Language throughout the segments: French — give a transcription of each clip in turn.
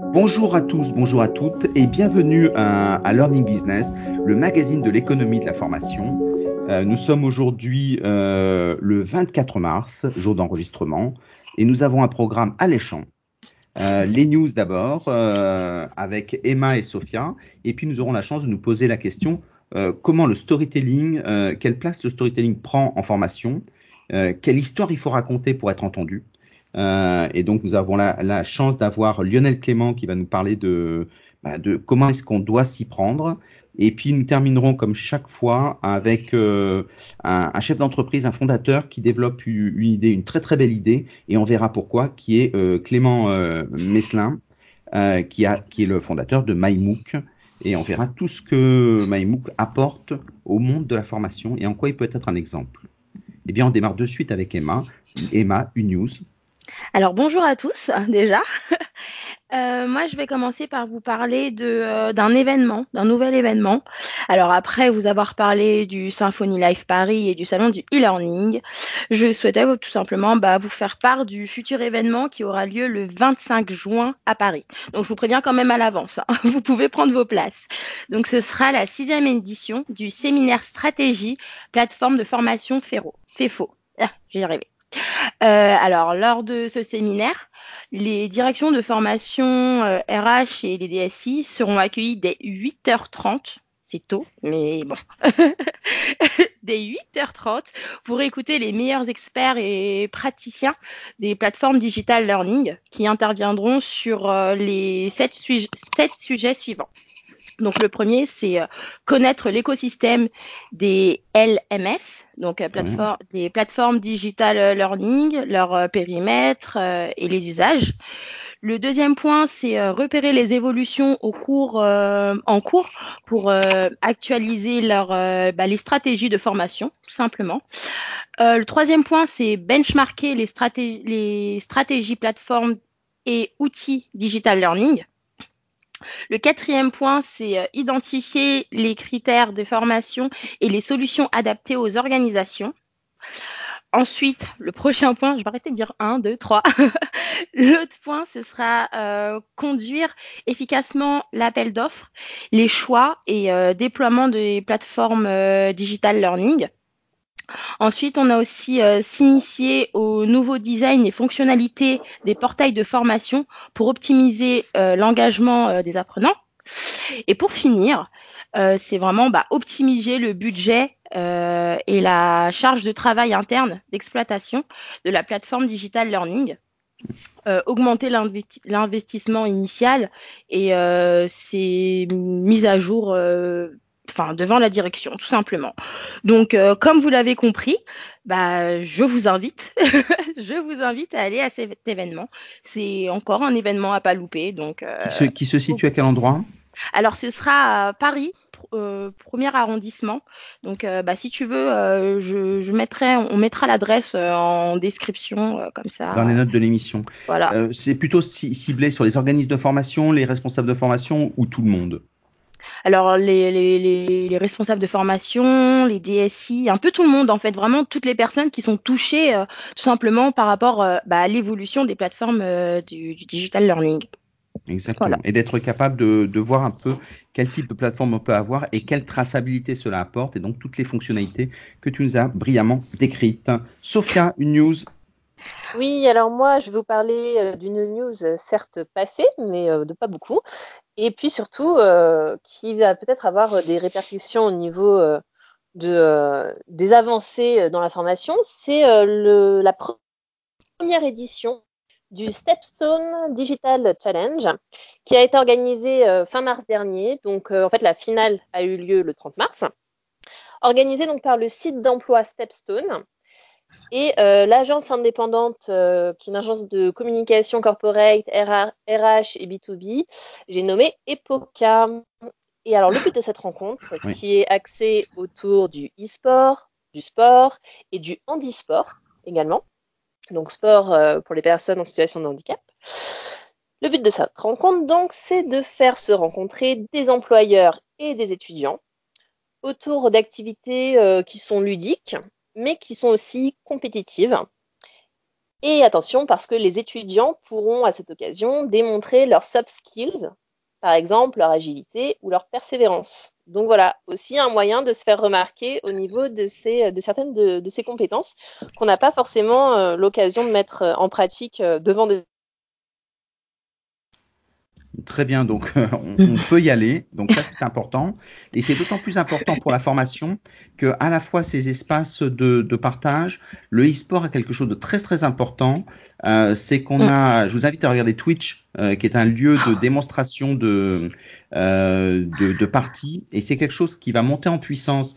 Bonjour à tous, bonjour à toutes et bienvenue à Learning Business, le magazine de l'économie de la formation. Nous sommes aujourd'hui le 24 mars, jour d'enregistrement, et nous avons un programme alléchant. Les news d'abord, avec Emma et Sophia, et puis nous aurons la chance de nous poser la question comment le storytelling, quelle place le storytelling prend en formation, quelle histoire il faut raconter pour être entendu. Et donc, nous avons la chance d'avoir Lionel Clément qui va nous parler de comment est-ce qu'on doit s'y prendre. Et puis, nous terminerons comme chaque fois avec un chef d'entreprise, un fondateur qui développe une idée, une très très belle idée, et on verra pourquoi, qui est Clément Meslin, qui est le fondateur de MyMOOC. Et on verra tout ce que MyMOOC apporte au monde de la formation et en quoi il peut être un exemple. Eh bien, on démarre de suite avec Emma. Emma, une news. Alors bonjour à tous déjà. Moi je vais commencer par vous parler d'un événement, d'un nouvel événement. Alors après vous avoir parlé du Symfony Life Paris et du salon du e-learning, je souhaitais tout simplement vous faire part du futur événement qui aura lieu le 25 juin à Paris. Donc je vous préviens quand même à l'avance, hein. Vous pouvez prendre vos places. Donc ce sera la 6e édition du séminaire stratégie plateforme de formation FEFO. Ah, j'y arrivé. Alors, lors de ce séminaire, les directions de formation RH et les DSI seront accueillis dès 8h30. C'est tôt, mais bon, dès 8h30 pour écouter les meilleurs experts et praticiens des plateformes digital learning qui interviendront sur les 7 sujets suivants. Donc le premier, c'est connaître l'écosystème des LMS, donc Ouais. des plateformes digital learning, leur périmètre et les usages. Le deuxième point, c'est repérer les évolutions en cours pour actualiser les stratégies de formation, tout simplement. Le troisième point, c'est benchmarker les stratégies plateformes et outils digital learning. Le quatrième point, c'est identifier les critères de formation et les solutions adaptées aux organisations. Ensuite, le prochain point, je vais arrêter de dire un, 2, 3. L'autre point, ce sera conduire efficacement l'appel d'offres, les choix et déploiement des plateformes digital learning. Ensuite, on a aussi s'initier au nouveau design et fonctionnalités des portails de formation pour optimiser l'engagement des apprenants. Et pour finir, c'est vraiment optimiser le budget et la charge de travail interne d'exploitation de la plateforme digital learning, augmenter l'investissement initial et ses mises à jour devant la direction, tout simplement. Donc, comme vous l'avez compris, je vous invite, je vous invite à aller à cet événement. C'est encore un événement à pas louper. Donc, Qui se situe à quel endroit? alors, ce sera à Paris, premier arrondissement. Donc, si tu veux, on mettra l'adresse en description, comme Dans les ça. notes de l'émission. Voilà. C'est plutôt ciblé sur les organismes de formation, les responsables de formation ou tout le monde? Alors, les responsables de formation, les DSI, un peu tout le monde, en fait, vraiment toutes les personnes qui sont touchées, tout simplement par rapport à l'évolution des plateformes du digital learning. Voilà. Exactement. Et d'être capable de voir un peu quel type de plateforme on peut avoir et quelle traçabilité cela apporte, et donc toutes les fonctionnalités que tu nous as brillamment décrites. Sophia, une news. Oui, alors moi, je vais vous parler d'une news certes passée, mais de pas beaucoup. Et puis surtout, qui va peut-être avoir des répercussions au niveau des avancées dans la formation. C'est la première édition du Stepstone Digital Challenge, qui a été organisée fin mars dernier. Donc, en fait, la finale a eu lieu le 30 mars. Organisée donc par le site d'emploi Stepstone. Et l'agence indépendante, qui est une agence de communication corporate, RH et B2B, j'ai nommé EPOCA. Et alors, le but de cette rencontre, Oui. qui est axée autour du e-sport, du sport et du handisport également, donc sport pour les personnes en situation de handicap. Le but de cette rencontre, donc, c'est de faire se rencontrer des employeurs et des étudiants autour d'activités qui sont ludiques, mais qui sont aussi compétitives Et attention, parce que les étudiants pourront à cette occasion démontrer leurs soft skills, par exemple leur agilité ou leur persévérance. Donc voilà, aussi un moyen de se faire remarquer au niveau de certaines de ces compétences qu'on n'a pas forcément l'occasion de mettre en pratique devant des... Très bien, donc on peut y aller. Donc ça, c'est important. Et c'est d'autant plus important pour la formation que à la fois ces espaces de partage, le e-sport a quelque chose de très très important. C'est qu'on a, je vous invite à regarder Twitch, qui est un lieu de démonstration de parties. Et c'est quelque chose qui va monter en puissance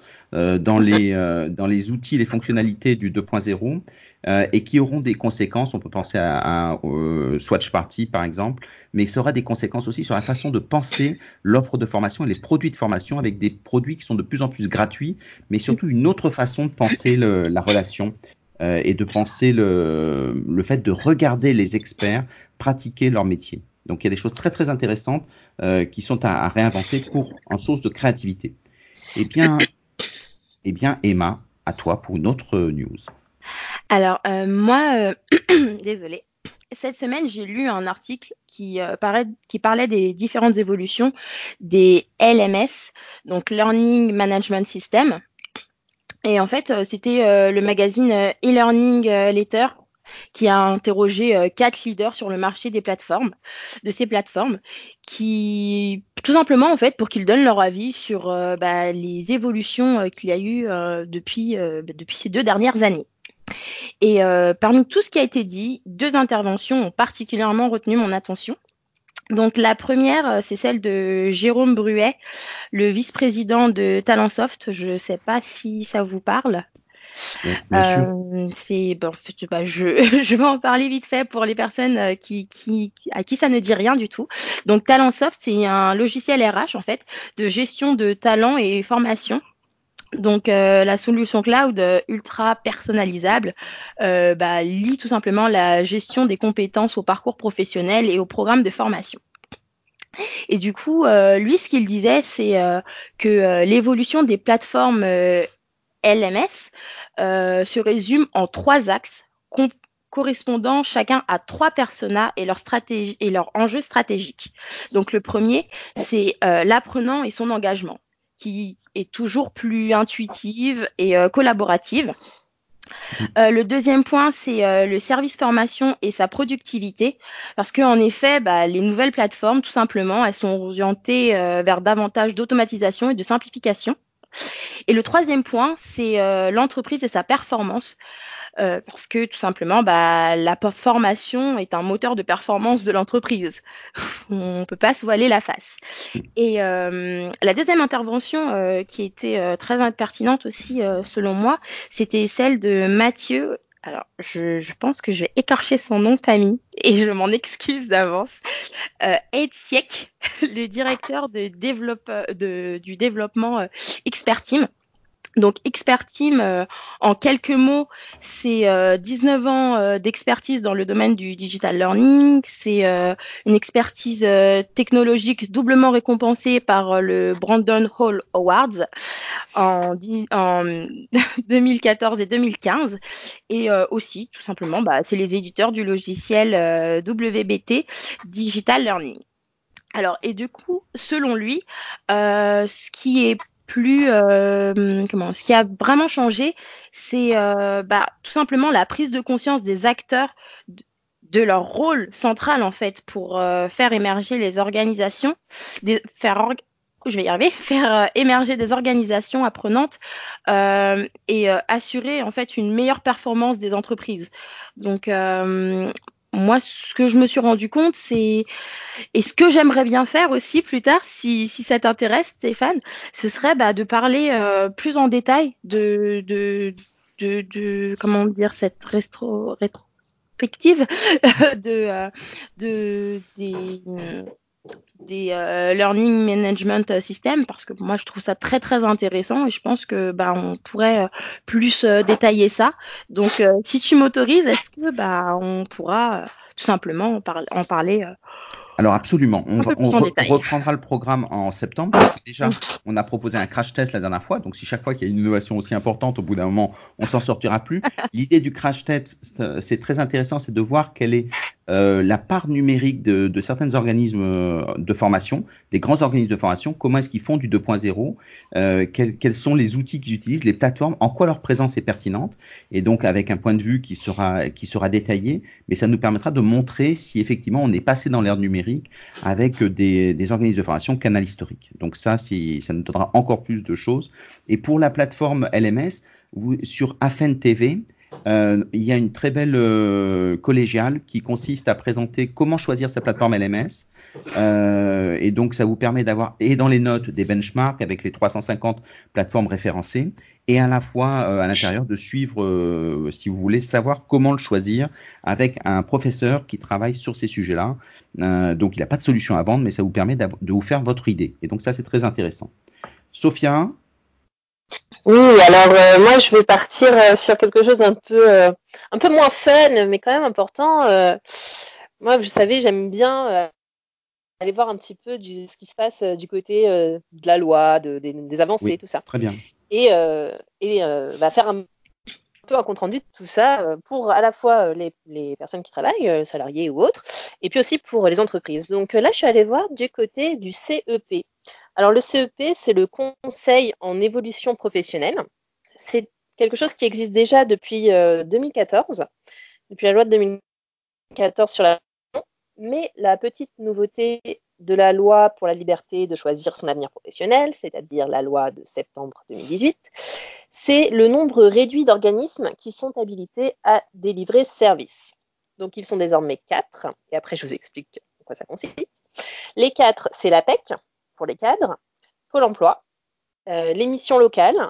dans les outils, les fonctionnalités du 2.0 et qui auront des conséquences. On peut penser à Swatch Party, par exemple, mais ça aura des conséquences aussi sur la façon de penser l'offre de formation et les produits de formation avec des produits qui sont de plus en plus gratuits, mais surtout une autre façon de penser la relation et de penser le fait de regarder les experts pratiquer leur métier. Donc il y a des choses très très intéressantes qui sont à réinventer pour en source de créativité. Eh bien, eh bien, Emma, à toi pour une autre news. Alors, moi, désolée. Cette semaine, j'ai lu un article qui parlait des différentes évolutions des LMS, donc Learning Management System. Et en fait, c'était le magazine e-learning Letter qui a interrogé 4 leaders sur le marché des plateformes, de ces plateformes, qui tout simplement en fait pour qu'ils donnent leur avis sur les évolutions qu'il y a eu depuis ces 2 dernières années. Et parmi tout ce qui a été dit, 2 interventions ont particulièrement retenu mon attention. Donc la première, c'est celle de Jérôme Bruet, le vice-président de Talentsoft. Je ne sais pas si ça vous parle. Oui, bien sûr. C'est bon, je vais en parler vite fait pour les personnes à qui ça ne dit rien du tout. Donc Talentsoft, c'est un logiciel RH en fait de gestion de talent et formation. Donc la solution cloud ultra personnalisable lie tout simplement la gestion des compétences au parcours professionnel et au programme de formation. Et du coup, lui, ce qu'il disait, c'est que l'évolution des plateformes LMS se résume en 3 axes correspondant chacun à 3 personas et leur stratégie et leur enjeu stratégique. Donc le premier, c'est l'apprenant et son engagement, qui est toujours plus intuitive et collaborative. Le deuxième point, c'est le service formation et sa productivité, parce qu'en effet, les nouvelles plateformes, tout simplement, elles sont orientées vers davantage d'automatisation et de simplification. Et le troisième point, c'est l'entreprise et sa performance, parce que tout simplement, la formation est un moteur de performance de l'entreprise. On ne peut pas se voiler la face. Et la deuxième intervention qui était très pertinente aussi, selon moi, c'était celle de Mathieu. Alors, je pense que je vais écorcher son nom de famille et je m'en excuse d'avance. Siek, le directeur du développement Expert Team. Donc, Expert Team, en quelques mots, c'est 19 ans d'expertise dans le domaine du digital learning. C'est une expertise technologique doublement récompensée par le Brandon Hall Awards en 2014 et 2015. Et aussi, tout simplement, c'est les éditeurs du logiciel WBT Digital Learning. Alors, et du coup, selon lui, ce qui est ce qui a vraiment changé, c'est tout simplement la prise de conscience des acteurs de leur rôle central en fait pour faire émerger les organisations, je vais y arriver, faire émerger des organisations apprenantes et assurer en fait une meilleure performance des entreprises. Donc moi, ce que je me suis rendu compte, c'est et ce que j'aimerais bien faire aussi plus tard, si ça t'intéresse, Stéphane, ce serait de parler plus en détail de comment dire cette rétrospective de, euh, des learning management system parce que moi je trouve ça très très intéressant et je pense que on pourrait plus détailler ça. Donc si tu m'autorises, est-ce que on pourra tout simplement en parler Alors absolument, un peu plus en détail. reprendra le programme en septembre. Parce que déjà, on a proposé un crash test la dernière fois, donc si chaque fois qu'il y a une innovation aussi importante, au bout d'un moment, on s'en sortira plus. L'idée du crash test, c'est très intéressant, c'est de voir quelle est la part numérique de certains organismes de formation, des grands organismes de formation, comment est-ce qu'ils font du 2.0, quels sont les outils qu'ils utilisent, les plateformes, en quoi leur présence est pertinente, et donc avec un point de vue qui sera détaillé, mais ça nous permettra de montrer si effectivement on est passé dans l'ère numérique avec des organismes de formation canal historique. Donc ça nous donnera encore plus de choses. Et pour la plateforme LMS, sur AFN TV, il y a une très belle collégiale qui consiste à présenter comment choisir sa plateforme LMS. Et donc, ça vous permet d'avoir, et dans les notes, des benchmarks avec les 350 plateformes référencées, et à la fois à l'intérieur de suivre, si vous voulez, savoir comment le choisir avec un professeur qui travaille sur ces sujets-là. Donc, il n'a pas de solution à vendre, mais ça vous permet de vous faire votre idée. Et donc, ça, c'est très intéressant. Sophia? Oui, alors moi je vais partir sur quelque chose un peu moins fun, mais quand même important. Moi, vous savez, j'aime bien aller voir un petit peu ce qui se passe du côté de la loi, des avancées, Oui, tout ça, très bien. et faire un peu un compte rendu de tout ça pour à la fois les personnes qui travaillent, salariés ou autres, et puis aussi pour les entreprises. Donc là, je suis allée voir du côté du CEP. Alors le CEP, c'est le Conseil en évolution professionnelle. C'est quelque chose qui existe déjà depuis 2014, depuis la loi de 2014 sur la... Mais la petite nouveauté de la loi pour la liberté de choisir son avenir professionnel, c'est-à-dire la loi de septembre 2018, c'est le nombre réduit d'organismes qui sont habilités à délivrer service. Donc ils sont désormais 4, et après je vous explique en quoi ça consiste. Les 4, c'est l'APEC pour les cadres, Pôle emploi, les missions locales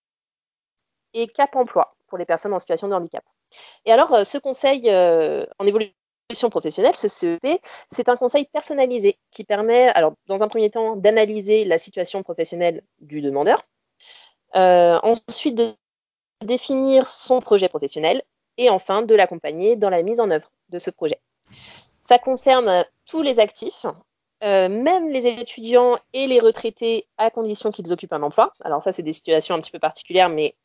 et Cap emploi pour les personnes en situation de handicap. Et alors, ce conseil en évolution professionnelle, ce CEP, c'est un conseil personnalisé qui permet, alors, dans un premier temps, d'analyser la situation professionnelle du demandeur, ensuite de définir son projet professionnel et enfin de l'accompagner dans la mise en œuvre de ce projet. Ça concerne tous les actifs, même les étudiants et les retraités à condition qu'ils occupent un emploi. Alors ça, c'est des situations un petit peu particulières, mais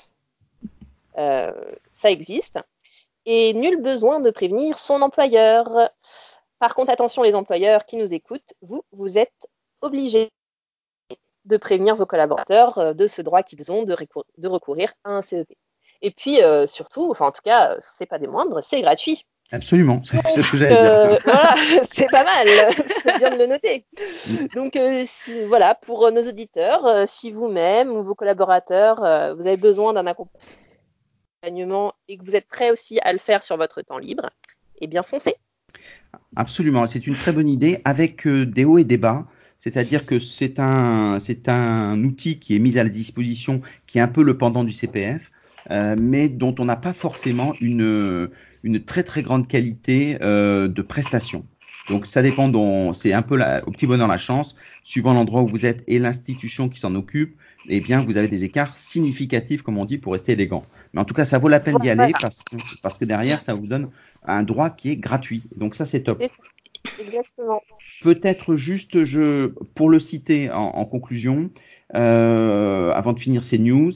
ça existe. Et nul besoin de prévenir son employeur. Par contre, attention les employeurs qui nous écoutent, vous êtes obligés de prévenir vos collaborateurs de ce droit qu'ils ont de recourir à un CEP. Et puis surtout, enfin en tout cas, c'est pas des moindres, c'est gratuit. Absolument, c'est ce que j'allais dire. Voilà, c'est pas mal, c'est bien de le noter. Donc voilà, pour nos auditeurs, si vous-même ou vos collaborateurs, vous avez besoin d'un accompagnement et que vous êtes prêt aussi à le faire sur votre temps libre, eh bien foncez. Absolument, c'est une très bonne idée avec des hauts et des bas. C'est-à-dire que c'est un outil qui est mis à la disposition, qui est un peu le pendant du CPF, mais dont on n'a pas forcément une très très grande qualité de prestation. Donc ça dépend, c'est un peu au petit bonheur la chance, suivant l'endroit où vous êtes et l'institution qui s'en occupe, eh bien vous avez des écarts significatifs, comme on dit, pour rester élégant. Mais en tout cas, ça vaut la peine d'y aller Voilà. parce que derrière, ça vous donne un droit qui est gratuit. Donc ça, c'est top. Exactement. Peut-être juste, pour le citer en conclusion, avant de finir ces news,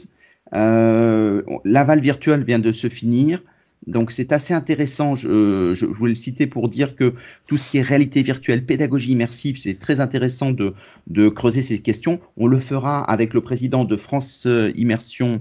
l'aval virtuel vient de se finir. Donc c'est assez intéressant, je voulais le citer pour dire que tout ce qui est réalité virtuelle, pédagogie immersive, c'est très intéressant de creuser ces questions. On le fera avec le président de France Immersion,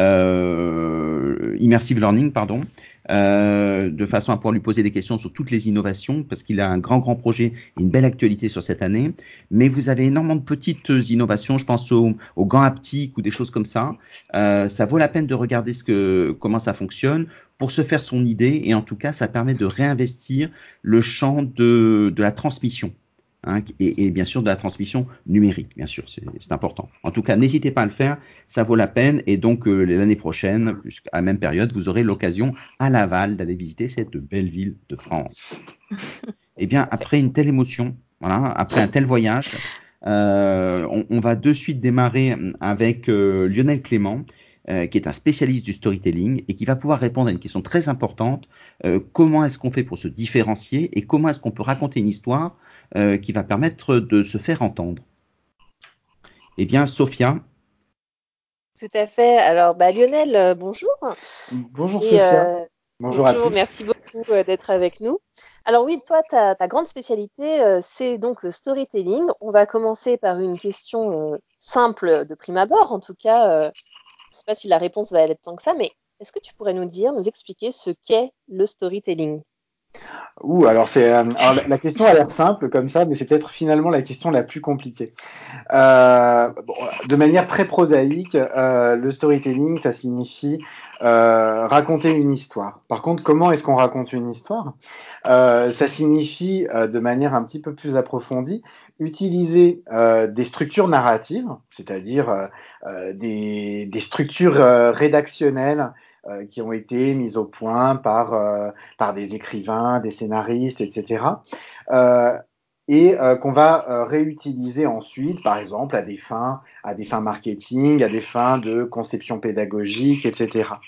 Immersive Learning, pardon, de façon à pouvoir lui poser des questions sur toutes les innovations, parce qu'il a un grand projet et une belle actualité sur cette année. Mais vous avez énormément de petites innovations, je pense aux gants haptiques ou des choses comme ça. Ça vaut la peine de regarder comment ça fonctionne pour se faire son idée, et en tout cas, ça permet de réinvestir le champ de la transmission. Hein, et bien sûr de la transmission numérique, bien sûr, c'est important. En tout cas, n'hésitez pas à le faire, ça vaut la peine. Et donc l'année prochaine, à la même période, vous aurez l'occasion à Laval d'aller visiter cette belle ville de France. Eh bien, après une telle émotion, voilà, après un tel voyage, on va de suite démarrer avec Lionel Clément, qui est un spécialiste du storytelling et qui va pouvoir répondre à une question très importante. Comment est-ce qu'on fait pour se différencier et comment est-ce qu'on peut raconter une histoire qui va permettre de se faire entendre? Eh bien, Sophia. Tout à fait. Alors, Lionel, bonjour. Bonjour Et Sophia, bonjour à bonjour, tous. merci beaucoup d'être avec nous. Alors oui, toi, ta grande spécialité, c'est donc le storytelling. On va commencer par une question simple de prime abord. En tout cas, je ne sais pas si la réponse va être tant que ça, mais est-ce que tu pourrais nous expliquer ce qu'est le storytelling? Alors la question a l'air simple comme ça, mais c'est peut-être finalement la question la plus compliquée. De manière très prosaïque, le storytelling, ça signifie raconter une histoire. Par contre, comment est-ce qu'on raconte une histoire? Ça signifie, de manière un petit peu plus approfondie, utiliser des structures narratives, c'est-à-dire des structures rédactionnelles qui ont été mises au point par des écrivains, des scénaristes, etc. Euh, qu'on va réutiliser ensuite, par exemple, à des fins marketing, à des fins de conception pédagogique, etc.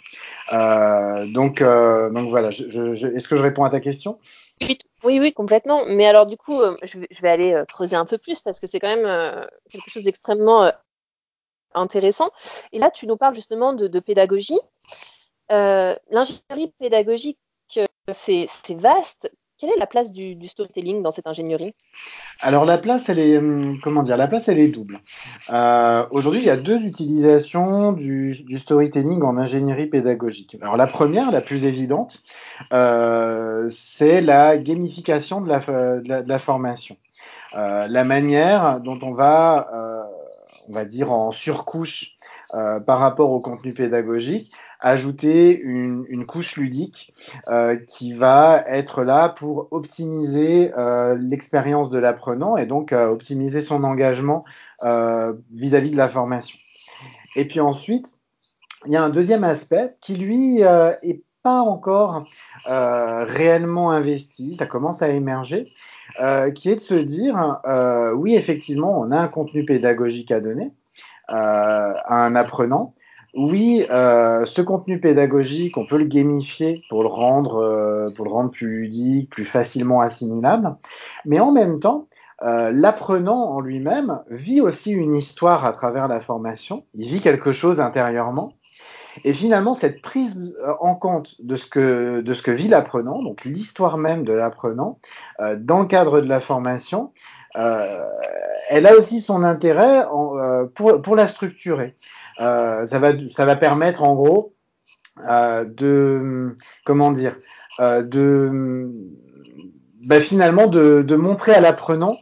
Donc voilà. Est-ce que je réponds à ta question? Oui, oui, oui, complètement. Mais alors, du coup, je vais aller creuser un peu plus parce que c'est quand même quelque chose d'extrêmement intéressant. Et là, tu nous parles justement de pédagogie. L'ingénierie pédagogique, c'est vaste. Quelle est la place du storytelling dans cette ingénierie? Alors la place, elle est, comment dire, la place, elle est double. Aujourd'hui, il y a deux utilisations du storytelling en ingénierie pédagogique. Alors la première, la plus évidente, c'est la gamification de la formation. La manière dont on va dire en surcouche par rapport au contenu pédagogique, ajouter une couche ludique qui va être là pour optimiser l'expérience de l'apprenant et donc optimiser son engagement vis-à-vis de la formation. Et puis ensuite, il y a un deuxième aspect qui, lui, est pas encore réellement investi, ça commence à émerger, qui est de se dire, oui, effectivement, on a un contenu pédagogique à donner à un apprenant. Oui, ce contenu pédagogique, on peut le gamifier pour le rendre plus ludique, plus facilement assimilable. Mais en même temps, l'apprenant en lui-même vit aussi une histoire à travers la formation. Il vit quelque chose intérieurement. Et finalement, cette prise en compte de ce que vit l'apprenant, donc l'histoire même de l'apprenant, dans le cadre de la formation, euh, elle a aussi son intérêt pour la structurer. Ça va permettre en gros de, comment dire, de, finalement de montrer à l'apprenant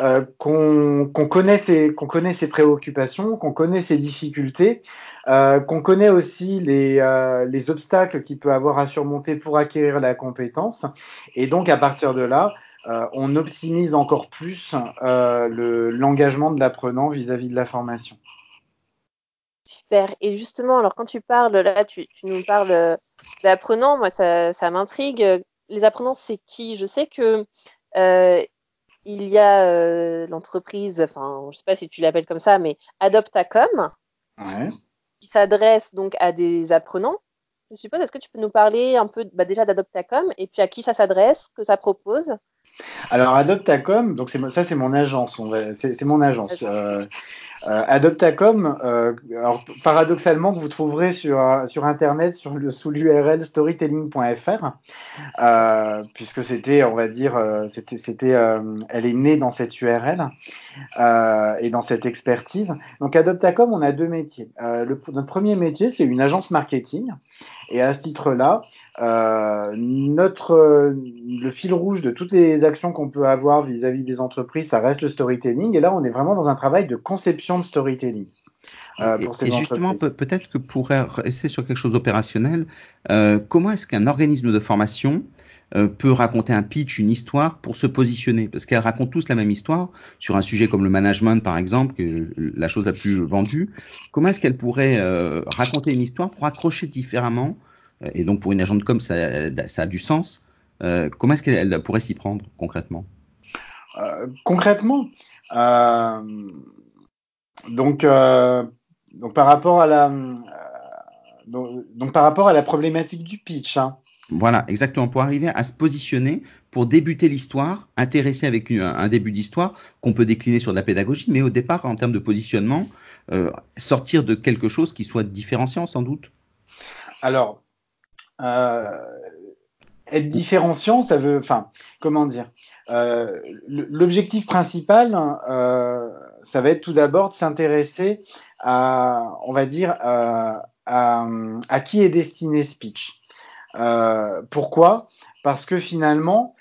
qu'on connaît ses préoccupations, qu'on connaît ses difficultés, qu'on connaît aussi les obstacles qu'il peut avoir à surmonter pour acquérir la compétence. Et donc à partir de là, on optimise encore plus l'engagement de l'apprenant vis-à-vis de la formation. Super. Et justement, alors quand tu parles, là, tu nous parles d'apprenants, moi, ça m'intrigue. Les apprenants, c'est qui? Je sais que euh, il y a l'entreprise, enfin, je sais pas si tu l'appelles comme ça, mais Adoptacom, Ouais. qui s'adresse donc à des apprenants. Je suppose, est-ce que tu peux nous parler un peu déjà d'Adoptacom et puis à qui ça s'adresse, que ça propose? Alors Adoptacom, donc ça c'est mon agence, c'est mon agence. Adoptacom, alors paradoxalement que vous trouverez sur internet sous l'URL storytelling.fr, puisque c'était, on va dire, elle est née dans cette URL et dans cette expertise. Donc Adoptacom, on a deux métiers. Notre premier métier, c'est une agence marketing. Et à ce titre-là, le fil rouge de toutes les actions qu'on peut avoir vis-à-vis des entreprises, ça reste le storytelling. Et là, on est vraiment dans un travail de conception de storytelling pour ces Et justement, entreprises. peut-être que pour rester sur quelque chose d'opérationnel, comment est-ce qu'un organisme de formation peut raconter un pitch, une histoire pour se positionner? Parce qu'elles racontent tous la même histoire sur un sujet comme le management, par exemple, que la chose la plus vendue. Comment est-ce qu'elle pourrait raconter une histoire pour accrocher différemment? Et donc pour une agente com, ça a du sens. Comment est-ce qu'elle pourrait s'y prendre concrètement? Concrètement, donc, euh, donc par rapport à donc par rapport à la problématique du pitch, hein. Voilà, exactement, pour arriver à se positionner, pour débuter l'histoire, intéresser avec un début d'histoire qu'on peut décliner sur de la pédagogie, mais au départ, en termes de positionnement, sortir de quelque chose qui soit différenciant, sans doute. Alors, être différenciant, ça veut, enfin, comment dire, l'objectif principal, ça va être tout d'abord de s'intéresser on va dire, à qui est destiné ce pitch. Pourquoi? Parce que finalement,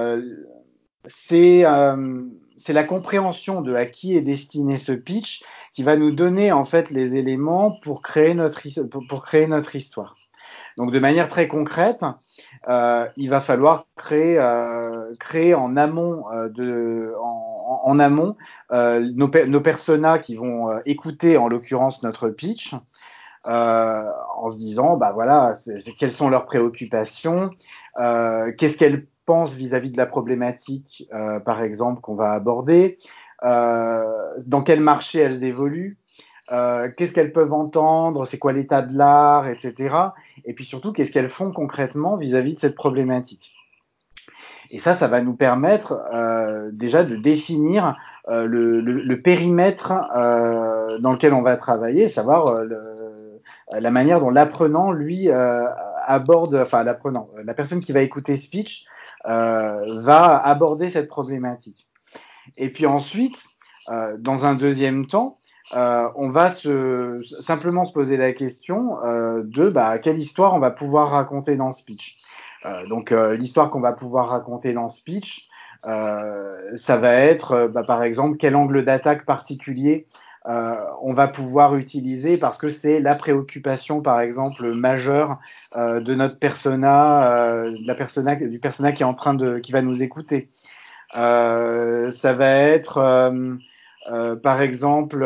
c'est la compréhension de à qui est destiné ce pitch qui va nous donner en fait les éléments pour créer pour créer notre histoire. Donc de manière très concrète, il va falloir créer en amont en amont nos personas qui vont écouter en l'occurrence notre pitch en se disant bah voilà quelles sont leurs préoccupations, qu'est-ce qu'elles pensent vis-à-vis de la problématique par exemple qu'on va aborder, dans quel marché elles évoluent, qu'est-ce qu'elles peuvent entendre, c'est quoi l'état de l'art, etc. Et puis surtout qu'est-ce qu'elles font concrètement vis-à-vis de cette problématique. Et ça va nous permettre déjà de définir le périmètre dans lequel on va travailler, savoir la manière dont l'apprenant, lui, aborde, enfin l'apprenant, la personne qui va écouter speech va aborder cette problématique. Et puis ensuite, dans un deuxième temps, on va simplement se poser la question de quelle histoire on va pouvoir raconter dans ce pitch. Donc l'histoire qu'on va pouvoir raconter dans ce pitch, ça va être par exemple quel angle d'attaque particulier on va pouvoir utiliser parce que c'est la préoccupation par exemple majeure de notre persona, du persona qui est en train qui va nous écouter. Ça va être par exemple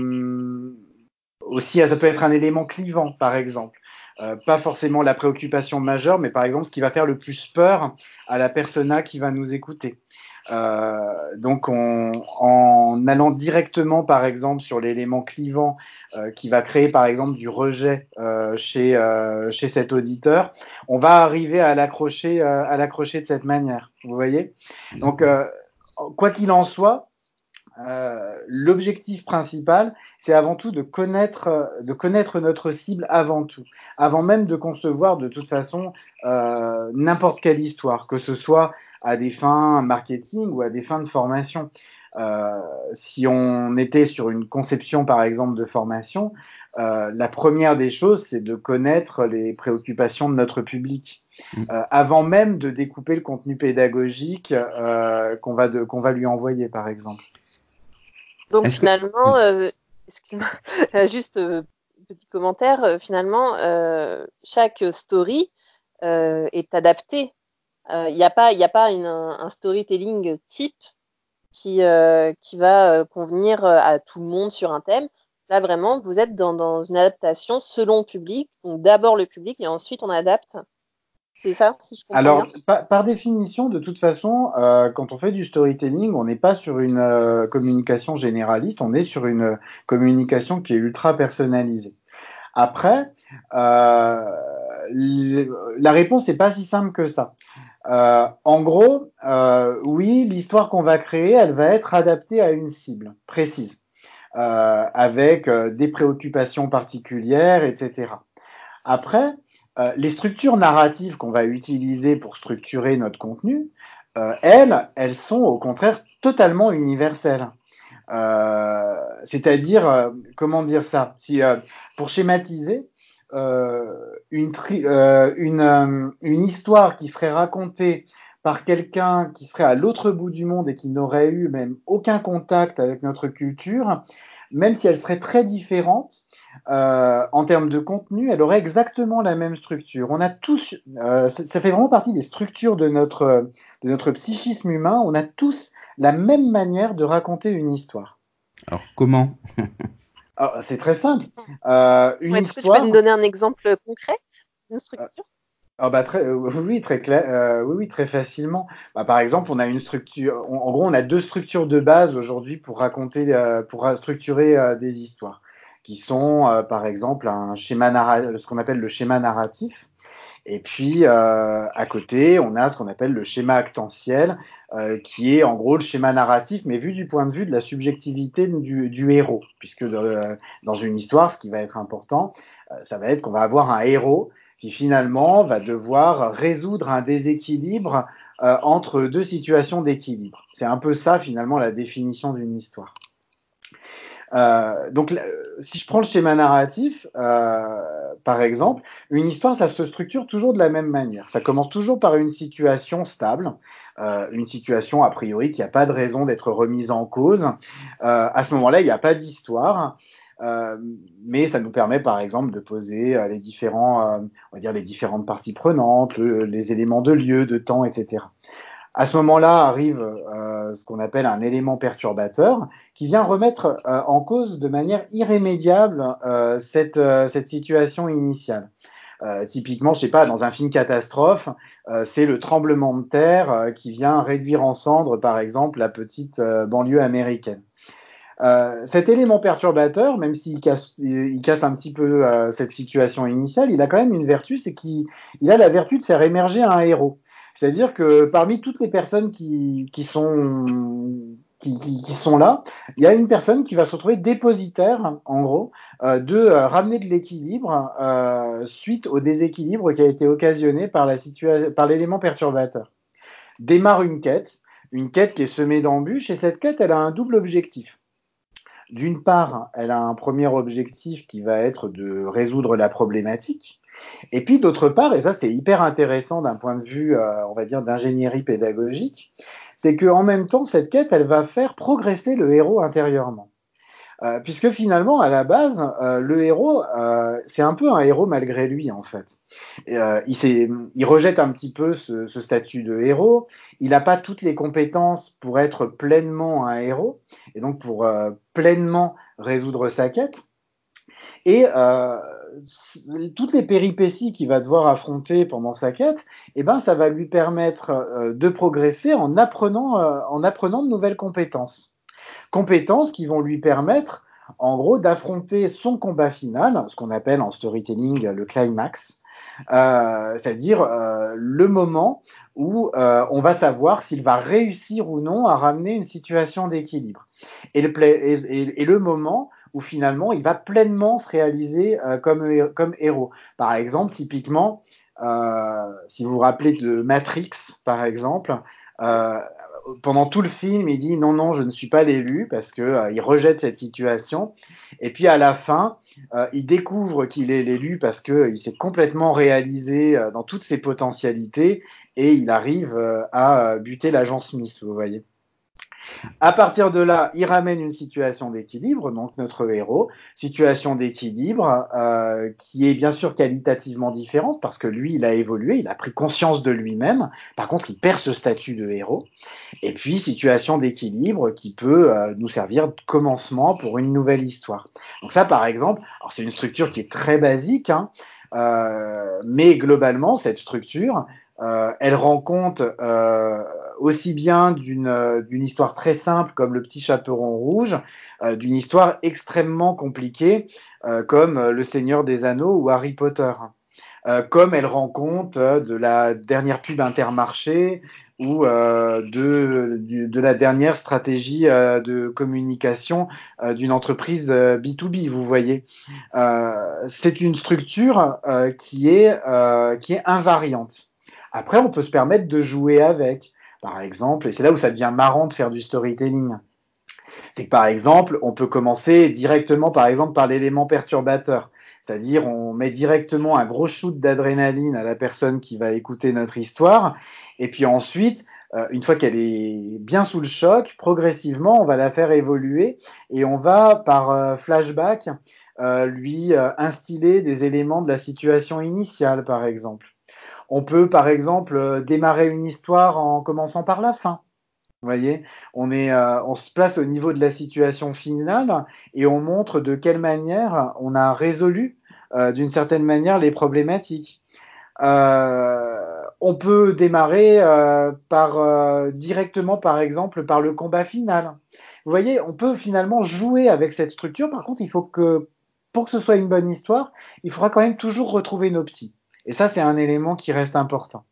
aussi ça peut être un élément clivant par exemple. Pas forcément la préoccupation majeure, mais par exemple ce qui va faire le plus peur à la persona qui va nous écouter. Donc en allant directement par exemple sur l'élément clivant qui va créer par exemple du rejet chez cet auditeur, on va arriver à l'accrocher de cette manière. Vous voyez? Donc quoi qu'il en soit, l'objectif principal, c'est avant tout de connaître notre cible avant tout, avant même de concevoir de toute façon n'importe quelle histoire, que ce soit à des fins marketing ou à des fins de formation. Si on était sur une conception, par exemple, de formation, la première des choses, c'est de connaître les préoccupations de notre public, avant même de découper le contenu pédagogique qu'on va lui envoyer, par exemple. Donc finalement, excuse-moi, juste petit commentaire, finalement, chaque story est adapté. Il n'y a pas un storytelling type qui va convenir à tout le monde sur un thème. Là, vraiment, vous êtes dans une adaptation selon le public. Donc d'abord le public et ensuite on adapte. C'est ça, si je comprends Alors, bien. par définition, de toute façon, quand on fait du storytelling, on n'est pas sur une communication généraliste, on est sur une communication qui est ultra personnalisée. Après, la réponse n'est pas si simple que ça. En gros, oui, l'histoire qu'on va créer, elle va être adaptée à une cible précise, avec des préoccupations particulières, etc. Après, les structures narratives qu'on va utiliser pour structurer notre contenu, elles sont au contraire totalement universelles. C'est-à-dire, comment dire ça? Si, pour schématiser, une histoire qui serait racontée par quelqu'un qui serait à l'autre bout du monde et qui n'aurait eu même aucun contact avec notre culture, même si elle serait très différente, en termes de contenu, elle aurait exactement la même structure. On a tous, ça fait vraiment partie des structures de notre psychisme humain. On a tous la même manière de raconter une histoire. Alors, comment? Alors, c'est très simple. Une Est-ce que tu peux histoire. nous donner un exemple concret d'une structure? Oui, très clair, oui, très facilement. Par exemple, on a une structure. En gros, on a deux structures de base aujourd'hui pour structurer des histoires. qui sont par exemple ce qu'on appelle le schéma narratif. Et puis à côté, on a ce qu'on appelle le schéma actantiel, qui est en gros le schéma narratif, mais vu du point de vue de la subjectivité du héros, puisque dans une histoire, ce qui va être important, ça va être qu'on va avoir un héros qui finalement va devoir résoudre un déséquilibre entre deux situations d'équilibre. C'est un peu ça finalement la définition d'une histoire. Donc, si je prends le schéma narratif, par exemple, une histoire, ça se structure toujours de la même manière. Ça commence toujours par une situation stable, une situation a priori qui n'a pas de raison d'être remise en cause. À ce moment-là, il n'y a pas d'histoire. Mais ça nous permet par exemple de poser on va dire les différentes parties prenantes, les éléments de lieu, de temps, etc. À ce moment-là arrive ce qu'on appelle un élément perturbateur qui vient remettre en cause de manière irrémédiable cette situation initiale. Typiquement, je sais pas, dans un film catastrophe, c'est le tremblement de terre qui vient réduire en cendres, par exemple, la petite banlieue américaine. Cet élément perturbateur, même s'il casse un petit peu cette situation initiale, il a quand même une vertu, c'est qu'il a la vertu de faire émerger un héros. C'est-à-dire que parmi toutes les personnes qui sont là, il y a une personne qui va se retrouver dépositaire, en gros, de ramener de l'équilibre suite au déséquilibre qui a été occasionné par l'élément perturbateur. Démarre une quête qui est semée d'embûches, et cette quête, elle a un double objectif. D'une part, elle a un premier objectif qui va être de résoudre la problématique. Et puis d'autre part, et ça c'est hyper intéressant d'un point de vue, on va dire, d'ingénierie pédagogique, c'est qu'en même temps, cette quête, elle va faire progresser le héros intérieurement. Puisque finalement, à la base, le héros, c'est un peu un héros malgré lui, en fait. Il rejette un petit peu ce statut de héros. Il n'a pas toutes les compétences pour être pleinement un héros, et donc pour pleinement résoudre sa quête. Et toutes les péripéties qu'il va devoir affronter pendant sa quête, eh ben, ça va lui permettre de progresser en apprenant de nouvelles compétences. Compétences qui vont lui permettre, en gros, d'affronter son combat final, ce qu'on appelle en storytelling le climax, c'est-à-dire le moment où on va savoir s'il va réussir ou non à ramener une situation d'équilibre. Et le moment où finalement il va pleinement se réaliser comme héros. Par exemple, typiquement, si vous vous rappelez de Matrix, par exemple, pendant tout le film, il dit non, non, je ne suis pas l'élu parce que il rejette cette situation. Et puis à la fin, il découvre qu'il est l'élu parce que il s'est complètement réalisé dans toutes ses potentialités et il arrive à buter l'agent Smith, vous voyez. À partir de là, il ramène une situation d'équilibre, donc notre héros, situation d'équilibre qui est bien sûr qualitativement différente parce que lui, il a évolué, il a pris conscience de lui-même. Par contre, il perd ce statut de héros. Et puis, situation d'équilibre qui peut nous servir de commencement pour une nouvelle histoire. Donc ça, par exemple, alors c'est une structure qui est très basique, hein, mais globalement, cette structure, elle rend compte aussi bien d'une histoire très simple comme Le Petit Chaperon Rouge, d'une histoire extrêmement compliquée comme Le Seigneur des Anneaux ou Harry Potter. Comme elle rend compte de la dernière pub Intermarché ou de la dernière stratégie de communication d'une entreprise B2B, vous voyez. C'est une structure qui est invariante. Après, on peut se permettre de jouer avec, par exemple, et c'est là où ça devient marrant de faire du storytelling. C'est que, par exemple, on peut commencer directement, par exemple, par l'élément perturbateur. C'est-à-dire, on met directement un gros shoot d'adrénaline à la personne qui va écouter notre histoire. Et puis ensuite, une fois qu'elle est bien sous le choc, progressivement, on va la faire évoluer et on va, par flashback, lui instiller des éléments de la situation initiale, par exemple. On peut, par exemple, démarrer une histoire en commençant par la fin. Vous voyez, on se place au niveau de la situation finale et on montre de quelle manière on a résolu d'une certaine manière les problématiques. On peut démarrer directement, par exemple, par le combat final. Vous voyez, on peut finalement jouer avec cette structure. Par contre, il faut que pour que ce soit une bonne histoire, il faudra quand même toujours retrouver nos petits. Et ça, c'est un élément qui reste important.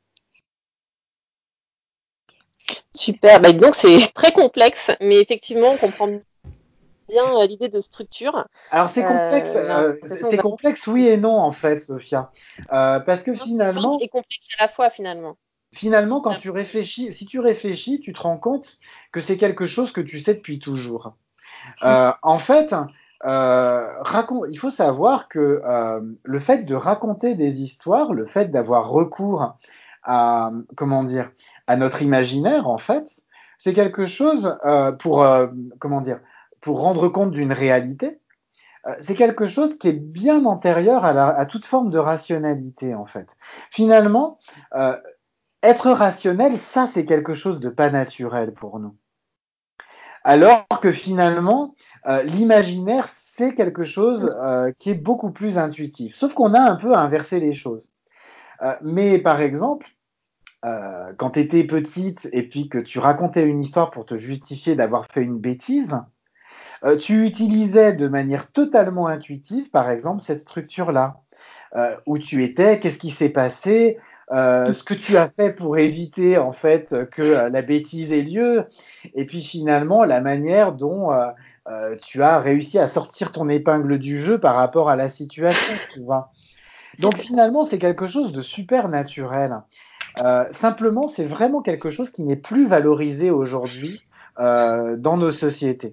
Super. Bah, donc c'est très complexe, mais effectivement, on comprend bien l'idée de structure. Alors J'ai l'impression c'est vraiment complexe, oui et non en fait, Sophia, parce que c'est simple finalement, et complexe à la fois finalement. quand tu réfléchis, si tu réfléchis, tu te rends compte que c'est quelque chose que tu sais depuis toujours. En fait, il faut savoir que le fait de raconter des histoires, le fait d'avoir recours à, comment dire, à notre imaginaire, en fait, c'est quelque chose comment dire, pour rendre compte d'une réalité. C'est quelque chose qui est bien antérieur à toute forme de rationalité, en fait. Finalement, euh, être rationnel, ça, c'est quelque chose de pas naturel pour nous. Alors que finalement, l'imaginaire, c'est quelque chose qui est beaucoup plus intuitif. Sauf qu'on a un peu inversé les choses. Mais par exemple, quand tu étais petite et puis que tu racontais une histoire pour te justifier d'avoir fait une bêtise, tu utilisais de manière totalement intuitive, par exemple, cette structure-là. Où tu étais, qu'est-ce qui s'est passé, ce que tu as fait pour éviter en fait que la bêtise ait lieu, et puis finalement la manière dont tu as réussi à sortir ton épingle du jeu par rapport à la situation, tu vois. Donc finalement c'est quelque chose de super naturel. Simplement c'est vraiment quelque chose qui n'est plus valorisé aujourd'hui dans nos sociétés.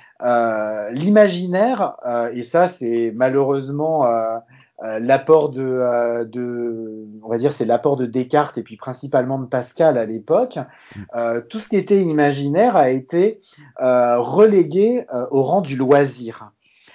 L'imaginaire, et ça c'est malheureusement l'apport on va dire c'est l'apport de Descartes et puis principalement de Pascal à l'époque, tout ce qui était imaginaire a été relégué au rang du loisir.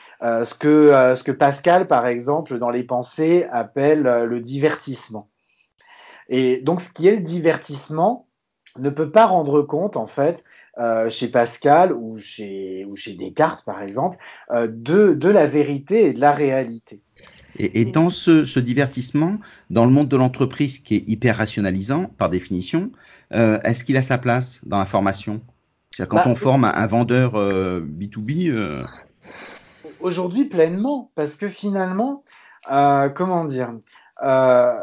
Ce que Pascal, par exemple, dans les pensées, appelle le divertissement. Et donc, ce qui est le divertissement ne peut pas rendre compte, en fait, chez Pascal ou chez Descartes, par exemple, de la vérité et de la réalité. Et dans ce divertissement, dans le monde de l'entreprise qui est hyper rationalisant par définition, est-ce qu'il a sa place dans la formation? C'est-à-dire quand Bah, on forme un vendeur B2B, aujourd'hui, pleinement, parce que finalement, comment dire, euh,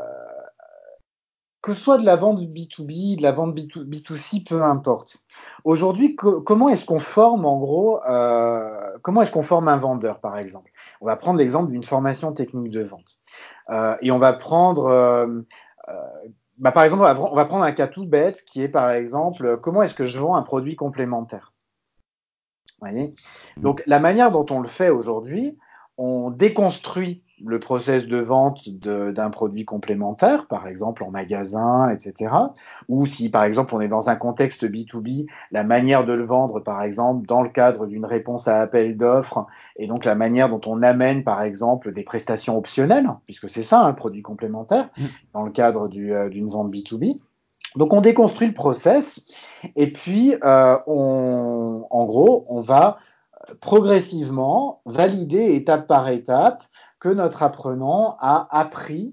que ce soit de la vente B2B, de la vente B2C, peu importe. Aujourd'hui, comment est-ce qu'on forme, en gros, comment est-ce qu'on forme un vendeur, par exemple? On va prendre l'exemple d'une formation technique de vente. Et on va prendre, euh, par exemple, on va prendre un cas tout bête qui est, par exemple, comment est-ce que je vends un produit complémentaire? Vous voyez. Donc, la manière dont on le fait aujourd'hui, on déconstruit le process de vente d'un produit complémentaire, par exemple en magasin, etc. Ou si, par exemple, on est dans un contexte B2B, la manière de le vendre, par exemple, dans le cadre d'une réponse à appel d'offres, et donc la manière dont on amène, par exemple, des prestations optionnelles, puisque c'est ça, un produit complémentaire, dans le cadre d'une vente B2B. Donc on déconstruit le process et puis en gros on va progressivement valider étape par étape que notre apprenant a appris,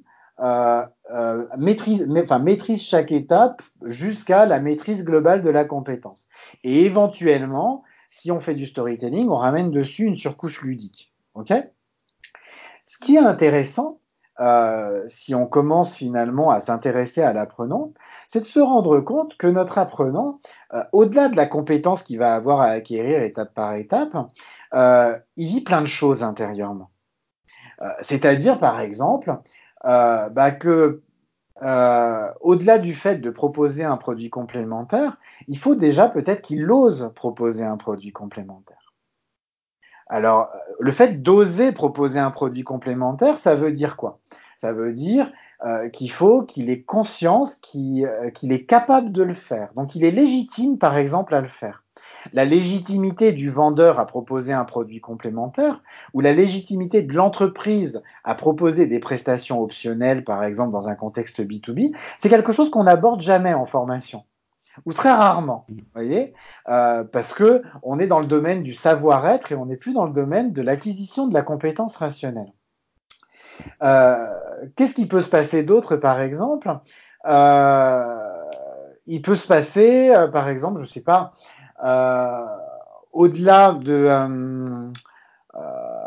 maîtrise chaque étape jusqu'à la maîtrise globale de la compétence. Et éventuellement, si on fait du storytelling, on ramène dessus une surcouche ludique. Ok? Ce qui est intéressant, si on commence finalement à s'intéresser à l'apprenant, c'est de se rendre compte que notre apprenant, au-delà de la compétence qu'il va avoir à acquérir étape par étape, il vit plein de choses intérieurement. C'est-à-dire, par exemple, que au-delà du fait de proposer un produit complémentaire, il faut déjà peut-être qu'il ose proposer un produit complémentaire. Alors, le fait d'oser proposer un produit complémentaire, ça veut dire quoi? Ça veut dire qu'il faut qu'il ait conscience qu'il est capable de le faire. Donc, il est légitime, par exemple, à le faire. La légitimité du vendeur à proposer un produit complémentaire ou la légitimité de l'entreprise à proposer des prestations optionnelles, par exemple, dans un contexte B2B, c'est quelque chose qu'on n'aborde jamais en formation ou très rarement, vous voyez, parce que on est dans le domaine du savoir-être et on n'est plus dans le domaine de l'acquisition de la compétence rationnelle. Euh, Qu'est-ce qui peut se passer d'autre, par exemple? euh, Il peut se passer, par exemple, je sais pas, euh, au-delà de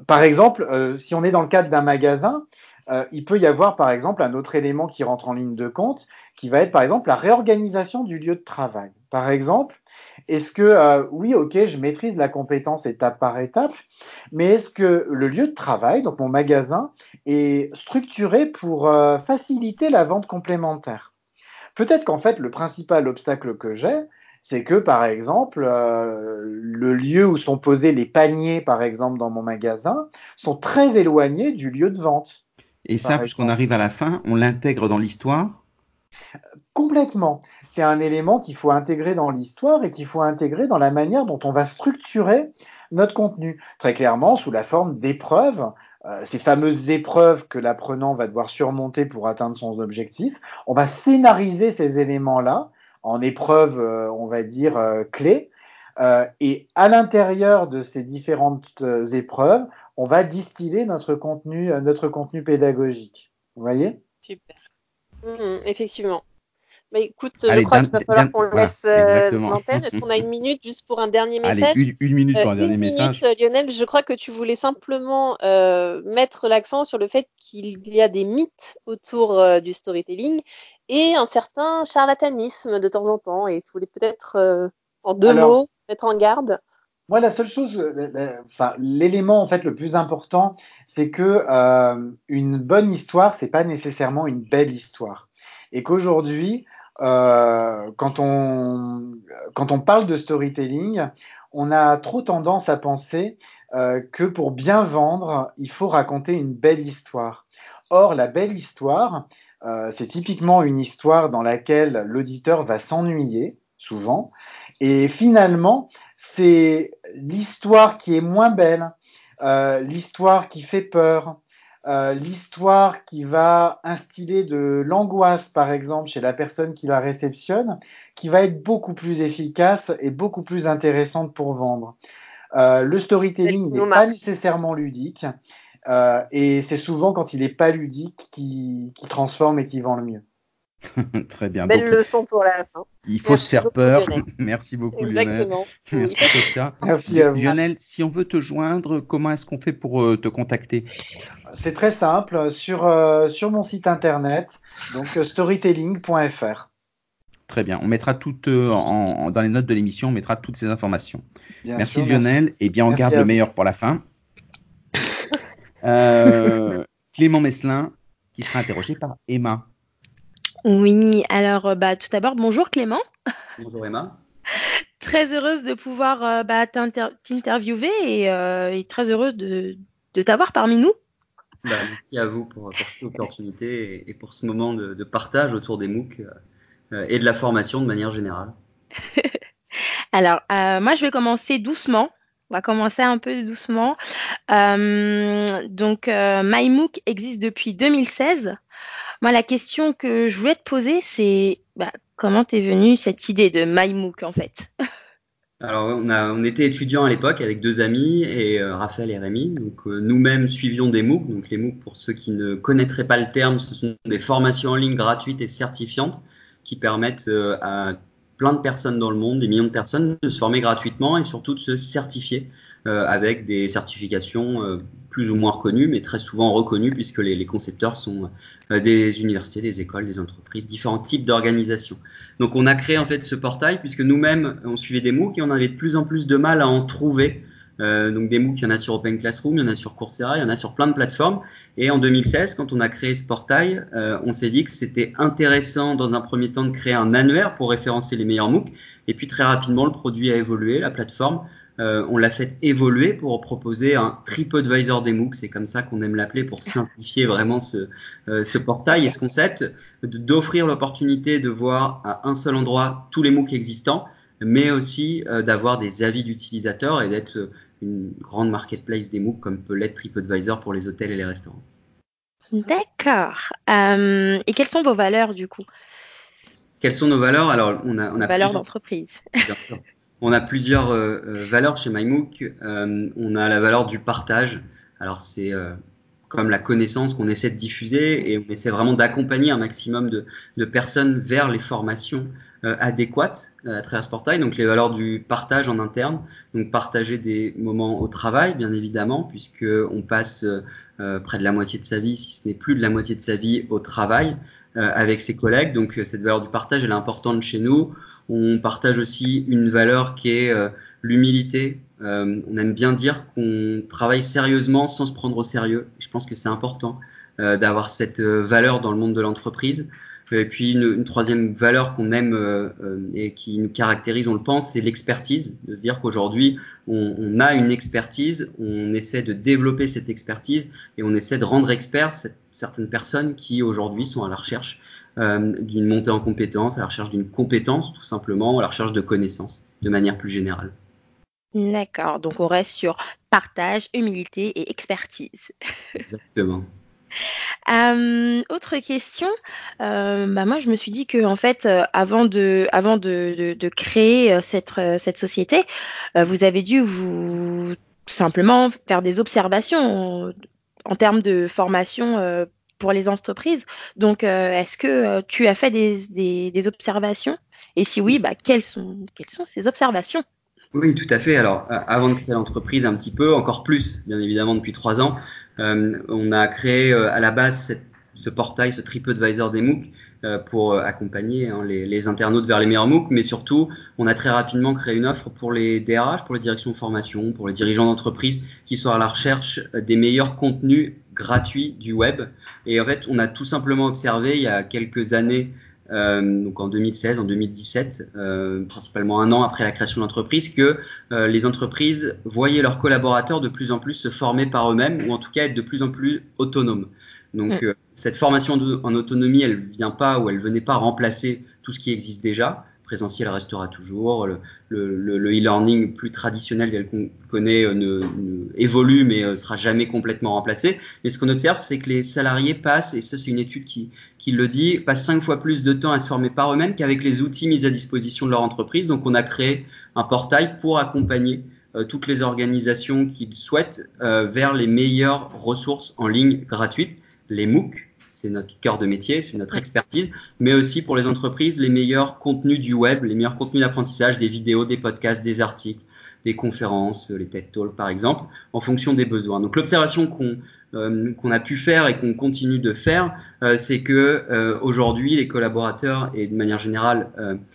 par exemple, si on est dans le cadre d'un magasin, il peut y avoir par exemple un autre élément qui rentre en ligne de compte, qui va être par exemple la réorganisation du lieu de travail. Par exemple, est-ce que, oui, ok, je maîtrise la compétence étape par étape, mais est-ce que le lieu de travail, donc mon magasin, est structuré pour faciliter la vente complémentaire? Peut-être qu'en fait, le principal obstacle que j'ai, c'est que, par exemple, le lieu où sont posés les paniers, par exemple, dans mon magasin, sont très éloignés du lieu de vente, Et ça, par puisqu'on exemple. arrive à la fin, on l'intègre dans l'histoire. Complètement. C'est un élément qu'il faut intégrer dans l'histoire et qu'il faut intégrer dans la manière dont on va structurer notre contenu. Très clairement, sous la forme d'épreuves, ces fameuses épreuves que l'apprenant va devoir surmonter pour atteindre son objectif. On va scénariser ces éléments-là en épreuves, on va dire, clés. Et à l'intérieur de ces différentes épreuves, on va distiller notre contenu pédagogique. Vous voyez? Super. Effectivement. Mais écoute, je Allez, crois qu'il va falloir qu'on voilà, laisse exactement. l'antenne. Est-ce qu'on a une minute juste pour un dernier Allez, message? une minute pour un dernier Une minute, message. Lionel. Je crois que tu voulais simplement mettre l'accent sur le fait qu'il y a des mythes autour du storytelling et un certain charlatanisme de temps en temps. Et tu voulais peut-être, en deux Alors, mots, mettre en garde. moi, la seule chose, enfin, l'élément en fait le plus important, c'est que une bonne histoire, c'est pas nécessairement une belle histoire, et qu'aujourd'hui, quand on parle de storytelling, on a trop tendance à penser que pour bien vendre, il faut raconter une belle histoire. Or, la belle histoire, c'est typiquement une histoire dans laquelle l'auditeur va s'ennuyer souvent, et finalement c'est l'histoire qui est moins belle, l'histoire qui fait peur, l'histoire qui va instiller de l'angoisse, par exemple, chez la personne qui la réceptionne, qui va être beaucoup plus efficace et beaucoup plus intéressante pour vendre. Le Celle storytelling qui n'est nous pas marque. nécessairement ludique, et c'est souvent quand il n'est pas ludique qui transforme et qui vend le mieux. Très bien. Belle Donc, leçon pour la fin. il faut se Merci faire beaucoup, peur. Lionel. Merci beaucoup, Lionel. Exactement. Oui. Merci, Sophia. Merci à vous. Lionel, si on veut te joindre, comment est-ce qu'on fait pour te contacter? C'est très simple, sur mon site internet, donc storytelling.fr. Très bien. On mettra toutes dans les notes de l'émission, on mettra toutes ces informations. Bien Merci, sûr, merci. Lionel. Et bien, on Merci garde à le vous. meilleur pour la fin. Clément Messelin, qui sera interrogé par Emma. Oui, alors tout d'abord, bonjour Clément. Bonjour Emma. Très heureuse de pouvoir t'interviewer et très heureuse de t'avoir parmi nous. Merci à vous pour cette opportunité et pour ce moment de partage autour des MOOC et de la formation de manière générale. Alors, moi, je vais commencer doucement. On va commencer un peu doucement. MyMOOC existe depuis 2016. Moi, la question que je voulais te poser, c'est comment t'es venue cette idée de MyMOOC en fait? Alors on était étudiants à l'époque avec deux amis et Raphaël et Rémi. Donc nous-mêmes suivions des MOOC. Donc les MOOC, pour ceux qui ne connaîtraient pas le terme, ce sont des formations en ligne gratuites et certifiantes qui permettent à plein de personnes dans le monde, des millions de personnes, de se former gratuitement et surtout de se certifier avec des certifications plus ou moins reconnues, mais très souvent reconnues puisque les concepteurs sont des universités, des écoles, des entreprises, différents types d'organisations. Donc on a créé en fait ce portail puisque nous-mêmes on suivait des MOOC et on avait de plus en plus de mal à en trouver. Donc des MOOC, il y en a sur Open Classroom, il y en a sur Coursera, il y en a sur plein de plateformes. Et en 2016, quand on a créé ce portail, on s'est dit que c'était intéressant dans un premier temps de créer un annuaire pour référencer les meilleurs MOOC. Et puis très rapidement, le produit a évolué, la plateforme. On l'a fait évoluer pour proposer un TripAdvisor des MOOC. C'est comme ça qu'on aime l'appeler pour simplifier vraiment ce portail et ce concept d'offrir l'opportunité de voir à un seul endroit tous les MOOC existants, mais aussi d'avoir des avis d'utilisateurs et d'être une grande marketplace des MOOC comme peut l'être TripAdvisor pour les hôtels et les restaurants. D'accord. Et quelles sont vos valeurs du coup? Quelles sont nos valeurs? Alors, on a Valeurs plusieurs, d'entreprise. bien sûr. On a plusieurs valeurs chez MyMOOC. On a la valeur du partage. Alors, c'est comme la connaissance qu'on essaie de diffuser et on essaie vraiment d'accompagner un maximum de personnes vers les formations adéquates à travers ce portail. Donc les valeurs du partage en interne, donc partager des moments au travail, bien évidemment, puisque on passe près de la moitié de sa vie, si ce n'est plus de la moitié de sa vie, au travail avec ses collègues. Donc cette valeur du partage, elle est importante chez nous. On partage aussi une valeur qui est l'humilité. On aime bien dire qu'on travaille sérieusement sans se prendre au sérieux. Je pense que c'est important d'avoir cette valeur dans le monde de l'entreprise. Et puis une troisième valeur qu'on aime et qui nous caractérise, on le pense, c'est l'expertise. De se dire qu'aujourd'hui, on a une expertise, on essaie de développer cette expertise et on essaie de rendre experts certaines personnes qui aujourd'hui sont à la recherche d'une montée en compétences, à la recherche d'une compétence tout simplement, à la recherche de connaissances de manière plus générale. D'accord, donc on reste sur partage, humilité et expertise. Exactement. Autre question, moi je me suis dit que en fait, avant de créer cette société, vous avez dû vous simplement faire des observations en termes de formation pour les entreprises. Donc, est-ce que tu as fait des observations? Et si oui, quelles sont ces observations? Oui, tout à fait. Alors, avant de créer l'entreprise, un petit peu, encore plus, bien évidemment, depuis 3 ans, on a créé à la base ce portail, ce TripAdvisor des MOOC, pour accompagner les internautes vers les meilleurs MOOC, mais surtout, on a très rapidement créé une offre pour les DRH, pour les directions de formation, pour les dirigeants d'entreprise qui sont à la recherche des meilleurs contenus gratuits du web. Et en fait, on a tout simplement observé il y a quelques années, donc en 2016, en 2017, principalement un an après la création de l'entreprise, que les entreprises voyaient leurs collaborateurs de plus en plus se former par eux-mêmes ou en tout cas être de plus en plus autonomes. Donc cette formation en autonomie, elle vient pas ou elle venait pas remplacer tout ce qui existe déjà. Présentiel restera toujours, le e-learning plus traditionnel tel qu'on connaît évolue mais sera jamais complètement remplacé. Mais ce qu'on observe, c'est que les salariés passent, et ça c'est une étude qui le dit, passent 5 fois plus de temps à se former par eux-mêmes qu'avec les outils mis à disposition de leur entreprise. Donc on a créé un portail pour accompagner toutes les organisations qui le souhaitent vers les meilleures ressources en ligne gratuites, les MOOC. C'est notre cœur de métier, c'est notre expertise, mais aussi pour les entreprises, les meilleurs contenus du web, les meilleurs contenus d'apprentissage, des vidéos, des podcasts, des articles, des conférences, les TED Talks par exemple, en fonction des besoins. Donc l'observation qu'on a pu faire et qu'on continue de faire, c'est que aujourd'hui les collaborateurs et de manière générale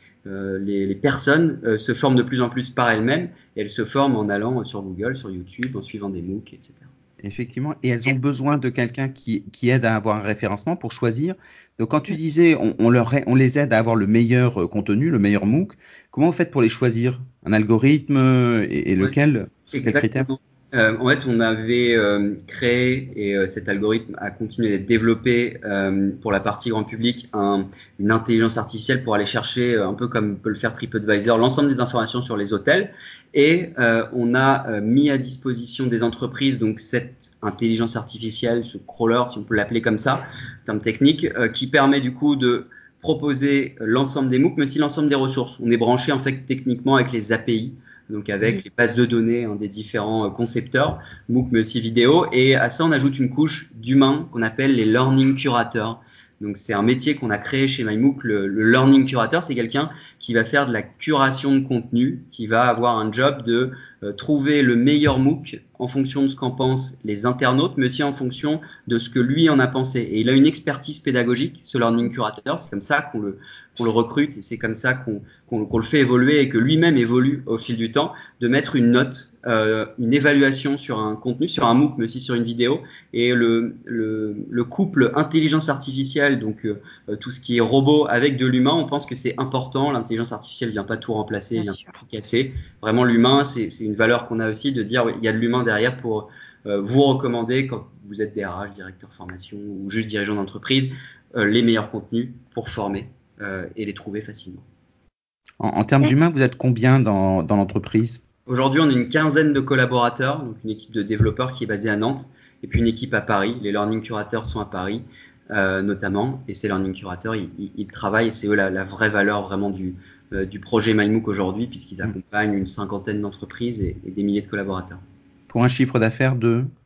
les personnes se forment de plus en plus par elles-mêmes et elles se forment en allant sur Google, sur YouTube, en suivant des MOOC, etc. Effectivement, et elles ont besoin de quelqu'un qui aide à avoir un référencement pour choisir. Donc, quand tu disais, on les aide à avoir le meilleur contenu, le meilleur MOOC, comment vous faites pour les choisir? Un algorithme et Ouais, lequel? Quels critères? exactement. En fait, on avait créé, et cet algorithme a continué d'être développé pour la partie grand public, une intelligence artificielle pour aller chercher, un peu comme peut le faire TripAdvisor, l'ensemble des informations sur les hôtels. Et on a mis à disposition des entreprises donc cette intelligence artificielle, ce crawler, si on peut l'appeler comme ça, en termes techniques, qui permet du coup de proposer l'ensemble des MOOC, mais aussi l'ensemble des ressources. On est branché en fait techniquement avec les API, donc avec les bases de données des différents concepteurs, MOOC mais aussi vidéo. Et à ça, on ajoute une couche d'humain qu'on appelle les learning curators. Donc c'est un métier qu'on a créé chez MyMOOC. Le learning curator, c'est quelqu'un qui va faire de la curation de contenu, qui va avoir un job de trouver le meilleur MOOC en fonction de ce qu'en pensent les internautes, mais aussi en fonction de ce que lui en a pensé. Et il a une expertise pédagogique, ce learning curator. C'est comme ça qu'on le recrute et c'est comme ça qu'on le fait évoluer et que lui-même évolue au fil du temps, de mettre une note, une évaluation sur un contenu, sur un MOOC, mais aussi sur une vidéo. Et le couple intelligence artificielle, donc tout ce qui est robot avec de l'humain, on pense que c'est important. L'intelligence artificielle vient pas tout remplacer, vient pas tout casser. Vraiment, l'humain, c'est une valeur qu'on a aussi de dire il y a de l'humain derrière pour vous recommander quand vous êtes DRH, directeur formation ou juste dirigeant d'entreprise, les meilleurs contenus pour former et les trouver facilement. En termes d'humains, vous êtes combien dans l'entreprise? Aujourd'hui, on a une quinzaine de collaborateurs, donc une équipe de développeurs qui est basée à Nantes, et puis une équipe à Paris. Les learning curators sont à Paris, notamment, et ces learning curators, ils travaillent, et c'est eux la vraie valeur vraiment du projet MyMOOC aujourd'hui, puisqu'ils accompagnent une cinquantaine d'entreprises et des milliers de collaborateurs. Pour un chiffre d'affaires de?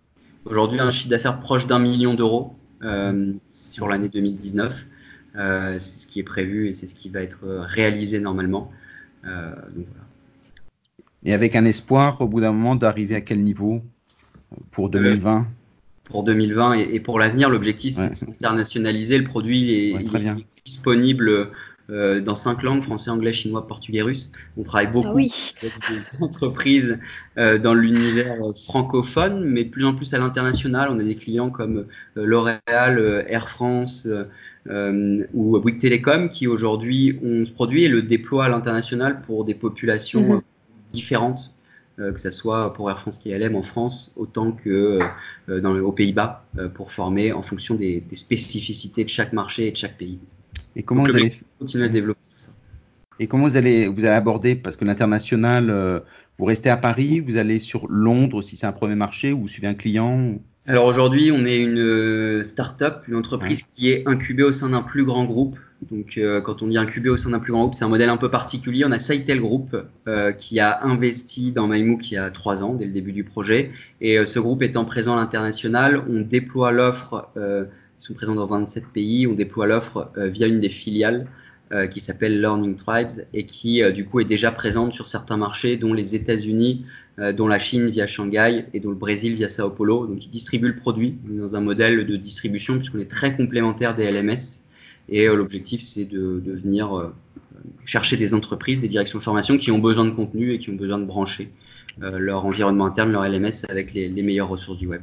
Aujourd'hui, un chiffre d'affaires proche d'1 million d'euros sur l'année 2019. C'est ce qui est prévu et c'est ce qui va être réalisé normalement. Donc voilà. Et avec un espoir, au bout d'un moment, d'arriver à quel niveau pour 2020? Pour 2020 et pour l'avenir, l'objectif, c'est Ouais. de s'internationaliser. Le produit, il Très est bien. disponible dans 5 langues, français, anglais, chinois, portugais, russe. On travaille Ah beaucoup oui. avec des entreprises dans l'univers francophone, mais de plus en plus à l'international. On a des clients comme L'Oréal, Air France ou Bouygues Télécom qui aujourd'hui ont ce produit et le déploient à l'international pour des populations différentes. Que ce soit pour Air France KLM en France, autant que aux Pays-Bas, pour former en fonction des spécificités de chaque marché et de chaque pays. Et comment Donc vous allez, l'objectif, c'est de continuer à développer tout ça. et comment vous allez aborder, parce que l'international, vous restez à Paris, vous allez sur Londres si c'est un premier marché, ou vous suivez un client? Alors aujourd'hui, on est une start-up, une Ouais. entreprise qui est incubée au sein d'un plus grand groupe. Donc quand on dit incubée au sein d'un plus grand groupe, c'est un modèle un peu particulier. On a Saitel Group qui a investi dans MyMook il y a 3 ans, dès le début du projet. Et ce groupe étant présent à l'international, on déploie l'offre, ils sont présents dans 27 pays, on déploie l'offre via une des filiales qui s'appelle Learning Tribes et qui du coup est déjà présente sur certains marchés, dont les États-Unis, dont la Chine via Shanghai et dont le Brésil via Sao Paulo. Donc, ils distribuent le produit. On est dans un modèle de distribution puisqu'on est très complémentaire des LMS. Et l'objectif, c'est de venir chercher des entreprises, des directions de formation qui ont besoin de contenu et qui ont besoin de brancher leur environnement interne, leur LMS avec les meilleures ressources du web.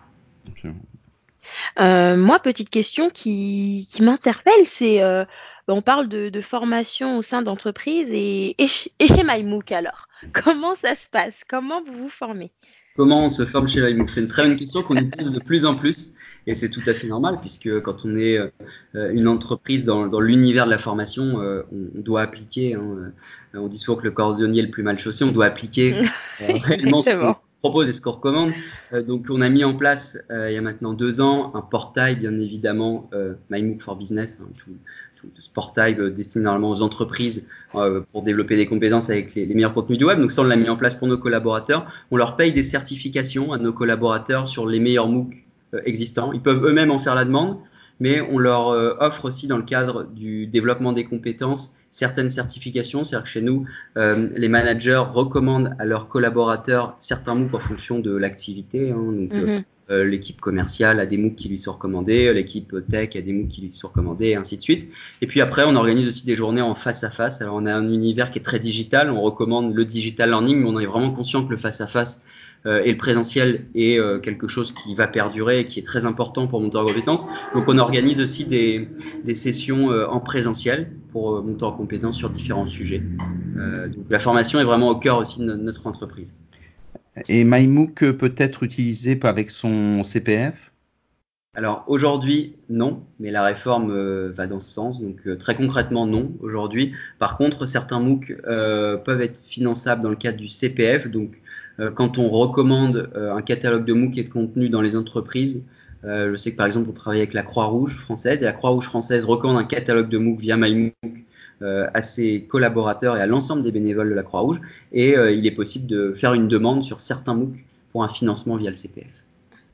Moi, petite question qui m'interpelle, c'est on parle de formation au sein d'entreprises et chez MyMook alors. Comment ça se passe? Comment vous vous formez? Comment on se forme chez MyMook? C'est une très bonne question qu'on nous pose de plus en plus. Et c'est tout à fait normal puisque quand on est une entreprise dans l'univers de la formation, on doit appliquer. On dit souvent que le cordonnier est le plus mal chaussé. On doit appliquer réellement ce qu'on Exactement. propose et ce qu'on recommande. Donc on a mis en place il y a maintenant 2 ans un portail, bien évidemment, MyMook for Business, ce portail destiné normalement aux entreprises pour développer des compétences avec les meilleurs contenus du web. Donc ça, on l'a mis en place pour nos collaborateurs. On leur paye des certifications à nos collaborateurs sur les meilleurs MOOC existants. Ils peuvent eux-mêmes en faire la demande, mais on leur offre aussi dans le cadre du développement des compétences certaines certifications. C'est-à-dire que chez nous, les managers recommandent à leurs collaborateurs certains MOOC en fonction de l'activité. Donc, l'équipe commerciale a des MOOC qui lui sont recommandés, l'équipe tech a des MOOC qui lui sont recommandés, et ainsi de suite. Et puis après, on organise aussi des journées en face à face. Alors, on a un univers qui est très digital. On recommande le digital learning, mais on est vraiment conscient que le face à face et le présentiel est quelque chose qui va perdurer et qui est très important pour monter en compétences. Donc, on organise aussi des sessions en présentiel pour monter en compétences sur différents sujets. Donc, la formation est vraiment au cœur aussi de notre entreprise. Et MyMook peut être utilisé avec son CPF? Alors aujourd'hui, non, mais la réforme va dans ce sens. Donc très concrètement, non aujourd'hui. Par contre, certains MOOC peuvent être finançables dans le cadre du CPF. Donc quand on recommande un catalogue de MOOC et de contenu dans les entreprises, je sais que par exemple, on travaille avec la Croix-Rouge française et la Croix-Rouge française recommande un catalogue de MOOC via MyMOOC à ses collaborateurs et à l'ensemble des bénévoles de la Croix-Rouge. Et il est possible de faire une demande sur certains MOOC pour un financement via le CPF.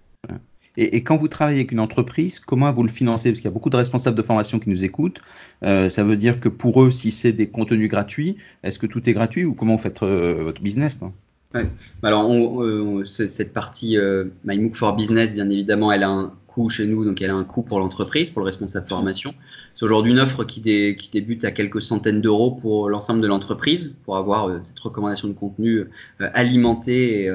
Et quand vous travaillez avec une entreprise, comment vous le financez? Parce qu'il y a beaucoup de responsables de formation qui nous écoutent. Ça veut dire que pour eux, si c'est des contenus gratuits, est-ce que tout est gratuit ou comment vous faites votre business, quoi? Ouais. Alors, cette partie MyMOOC for Business, bien évidemment, elle a un coût chez nous, donc elle a un coût pour l'entreprise, pour le responsable de formation. C'est aujourd'hui une offre qui débute à quelques centaines d'euros pour l'ensemble de l'entreprise, pour avoir cette recommandation de contenu alimentée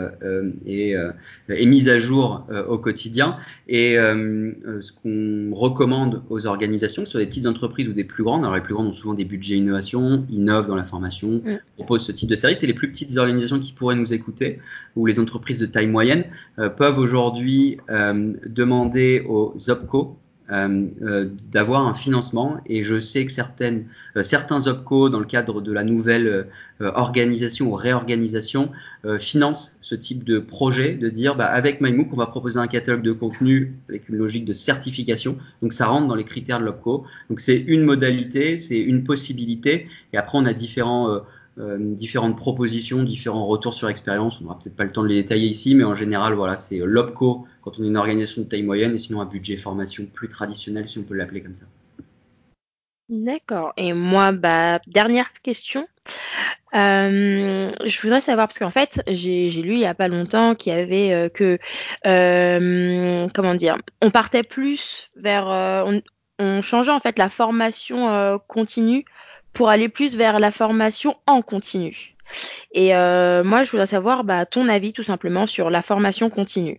et mise à jour au quotidien. Et ce qu'on recommande aux organisations, que ce soit des petites entreprises ou des plus grandes, alors les plus grandes ont souvent des budgets innovation, innovent dans la formation, proposent ce type de service, et les plus petites organisations qui pourraient nous écouter, ou les entreprises de taille moyenne, peuvent aujourd'hui demander aux OPCO d'avoir un financement. Et je sais que certains OPCO, dans le cadre de la nouvelle organisation ou réorganisation, financent ce type de projet, de dire avec MyMOOC, on va proposer un catalogue de contenu avec une logique de certification. Donc ça rentre dans les critères de l'OPCO. Donc c'est une modalité, c'est une possibilité. Et après, on a différents différentes propositions, différents retours sur expérience. On n'aura peut-être pas le temps de les détailler ici, mais en général, voilà, c'est l'OPCO quand on est une organisation de taille moyenne et sinon un budget formation plus traditionnel, si on peut l'appeler comme ça. D'accord. Et moi, dernière question. Je voudrais savoir, parce qu'en fait, j'ai lu il y a pas longtemps qu'il y avait comment dire, on partait plus vers, on changeait en fait la formation continue pour aller plus vers la formation en continu. Et moi, je voudrais savoir ton avis tout simplement sur la formation continue.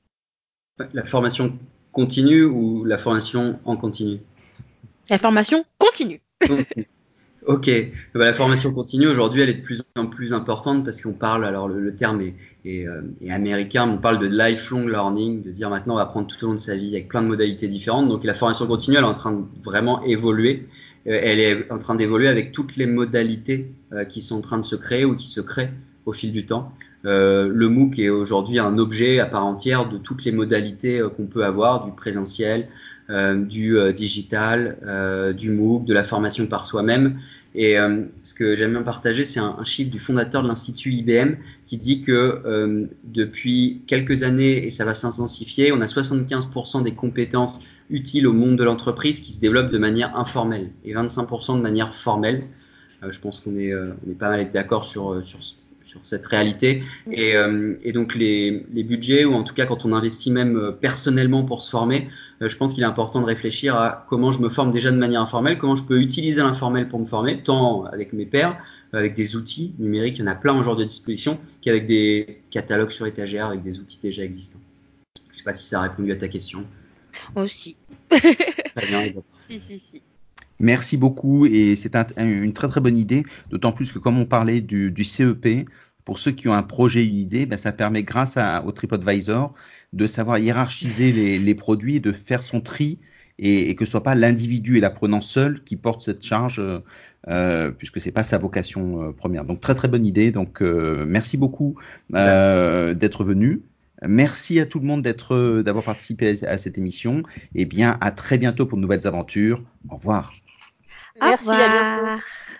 La formation continue ou la formation en continu? La formation continue. Ok, la formation continue aujourd'hui, elle est de plus en plus importante parce qu'on parle, alors le terme est américain, mais on parle de lifelong learning, de dire maintenant on va apprendre tout au long de sa vie avec plein de modalités différentes. Donc la formation continue, elle est en train de vraiment évoluer. Elle est en train d'évoluer avec toutes les modalités qui sont en train de se créer ou qui se créent au fil du temps. Le MOOC est aujourd'hui un objet à part entière de toutes les modalités qu'on peut avoir, du présentiel, du digital, du MOOC, de la formation par soi-même. Et ce que j'aime bien partager, c'est un chiffre du fondateur de l'Institut IBM qui dit que depuis quelques années, et ça va s'intensifier, on a 75% des compétences utiles au monde de l'entreprise qui se développent de manière informelle et 25% de manière formelle. Je pense qu'on est pas mal d'accord sur cette réalité. Et donc les budgets, ou en tout cas quand on investit même personnellement pour se former, je pense qu'il est important de réfléchir à comment je me forme déjà de manière informelle, comment je peux utiliser l'informel pour me former, tant avec mes pairs, avec des outils numériques, il y en a plein aujourd'hui à disposition, qu'avec des catalogues sur étagère, avec des outils déjà existants. Je ne sais pas si ça a répondu à ta question. Aussi. Très bien. Si. Merci beaucoup et c'est une très très bonne idée, d'autant plus que comme on parlait du CEP, pour ceux qui ont un projet, une idée, ça permet grâce au TripAdvisor de savoir hiérarchiser les produits et de faire son tri et que ce soit pas l'individu et l'apprenant seul qui porte cette charge puisque c'est pas sa vocation première. Donc très très bonne idée. Donc merci beaucoup d'être venu. Merci à tout le monde d'avoir participé à cette émission. Et bien à très bientôt pour de nouvelles aventures. Au revoir. Au Merci, à bientôt. revoir.